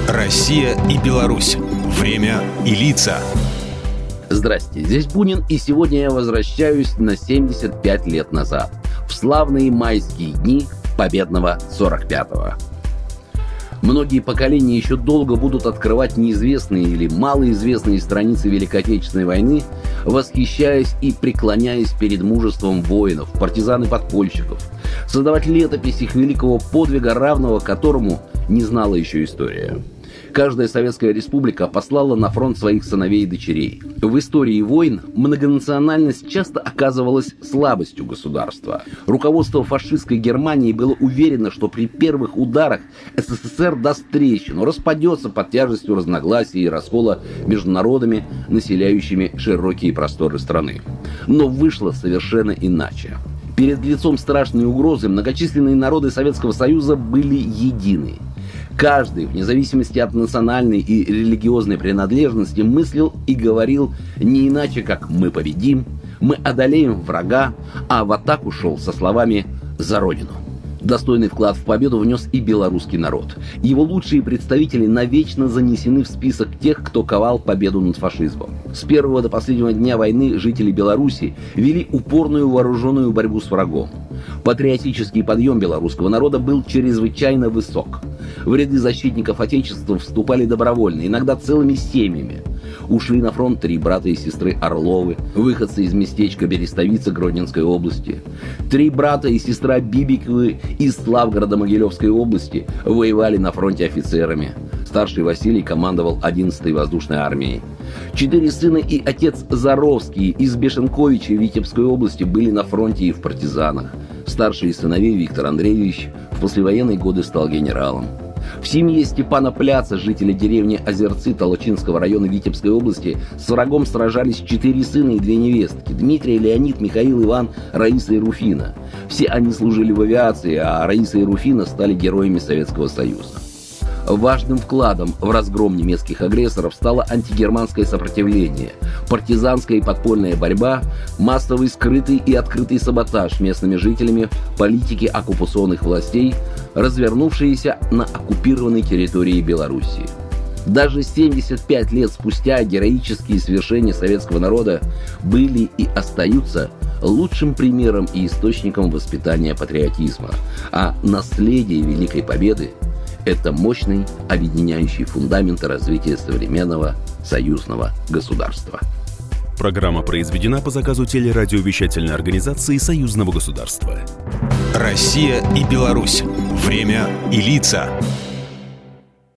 Россия и Беларусь. Время и лица. Здрасте, здесь Бунин, и сегодня я возвращаюсь на 75 лет назад, в славные майские дни победного 45-го. Многие поколения еще долго будут открывать неизвестные или малоизвестные страницы Великой Отечественной войны, восхищаясь и преклоняясь перед мужеством воинов, партизан и подпольщиков, создавать летопись их великого подвига, равного которому не знала еще история. Каждая советская республика послала на фронт своих сыновей и дочерей. В истории войн многонациональность часто оказывалась слабостью государства. Руководство фашистской Германии было уверено, что при первых ударах СССР даст трещину, распадется под тяжестью разногласий и раскола между народами, населяющими широкие просторы страны. Но вышло совершенно иначе. Перед лицом страшной угрозы многочисленные народы Советского Союза были едины. Каждый, вне зависимости от национальной и религиозной принадлежности, мыслил и говорил не иначе, как «мы победим», «мы одолеем врага», а в атаку шел со словами «за Родину». Достойный вклад в победу внес и белорусский народ. Его лучшие представители навечно занесены в список тех, кто ковал победу над фашизмом. С первого до последнего дня войны жители Беларуси вели упорную вооруженную борьбу с врагом. Патриотический подъем белорусского народа был чрезвычайно высок. В ряды защитников Отечества вступали добровольно, иногда целыми семьями. Ушли на фронт 3 брата и сестры Орловы, выходцы из местечка Берестовица Гродненской области. 3 брата и сестра Бибиковы из Славгорода Могилевской области воевали на фронте офицерами. Старший Василий командовал 11-й воздушной армией. 4 сына и отец Заровский из Бешенковича Витебской области были на фронте и в партизанах. Старший из сыновей Виктор Андреевич в послевоенные годы стал генералом. В семье Степана Пляца, жителя деревни Озерцы Толочинского района Витебской области, с врагом сражались 4 сына и 2 невестки: Дмитрий, Леонид, Михаил, Иван, Раиса и Руфина. Все они служили в авиации, а Раиса и Руфина стали героями Советского Союза. Важным вкладом в разгром немецких агрессоров стало антигерманское сопротивление, партизанская и подпольная борьба, массовый скрытый и открытый саботаж местными жителями политики оккупационных властей, развернувшиеся на оккупированной территории Белоруссии. Даже 75 лет спустя героические свершения советского народа были и остаются лучшим примером и источником воспитания патриотизма, а наследие Великой Победы – это мощный, объединяющий фундаменты развития современного союзного государства. Программа произведена по заказу телерадиовещательной организации Союзного государства. Россия и Беларусь. Время и лица.